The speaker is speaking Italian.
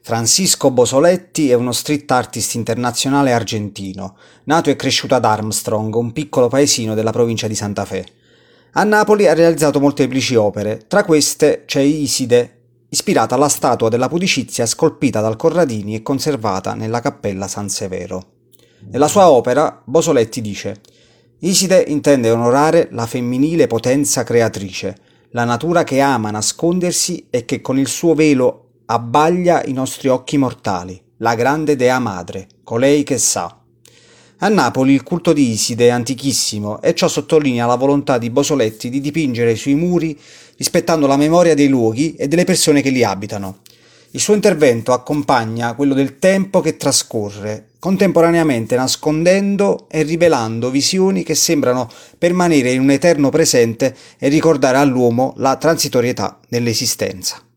Francisco Bosoletti è uno street artist internazionale argentino, nato e cresciuto ad Armstrong, un piccolo paesino della provincia di Santa Fe. A Napoli ha realizzato molteplici opere, tra queste c'è Iside, ispirata alla statua della Pudicizia scolpita dal Corradini e conservata nella cappella San Severo. Nella sua opera Bosoletti dice: Iside intende onorare la femminile potenza creatrice, la natura che ama nascondersi e che con il suo velo abbaglia i nostri occhi mortali, la grande Dea Madre, colei che sa. A Napoli il culto di Iside è antichissimo e ciò sottolinea la volontà di Bosoletti di dipingere sui muri rispettando la memoria dei luoghi e delle persone che li abitano. Il suo intervento accompagna quello del tempo che trascorre, contemporaneamente nascondendo e rivelando visioni che sembrano permanere in un eterno presente e ricordare all'uomo la transitorietà dell'esistenza.